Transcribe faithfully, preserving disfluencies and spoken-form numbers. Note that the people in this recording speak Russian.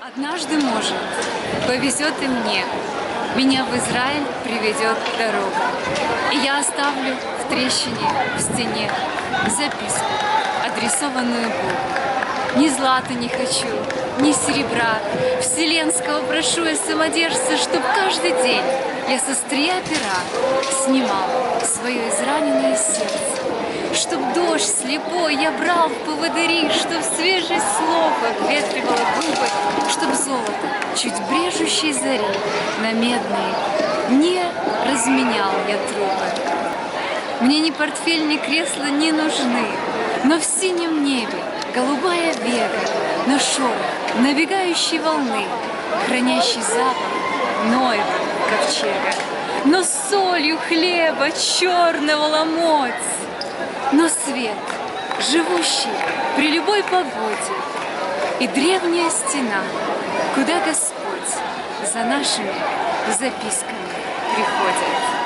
Однажды, может, повезет и мне. Меня в Израиль приведет дорога. И я оставлю в трещине в стене записку, адресованную Богу. Ни злата не хочу, ни серебра. Вселенского прошу я самодержца, чтоб каждый день я со острия пера снимал свое израненное сердце. Чтоб дождь слепой я брал в поводыри, чтоб свежесть слов обветривала губы, чтоб золото, чуть брежущей зари, на медные не разменял я трубы. Мне ни портфель, ни кресло не нужны, но в синем небе голубая вега, на шорох набегающей волны, хранящий запах Ноева ковчега, но с солью хлеба черного ломоть. Но свет, живущий при любой погоде, и древняя стена, куда Господь за нашими записками приходит.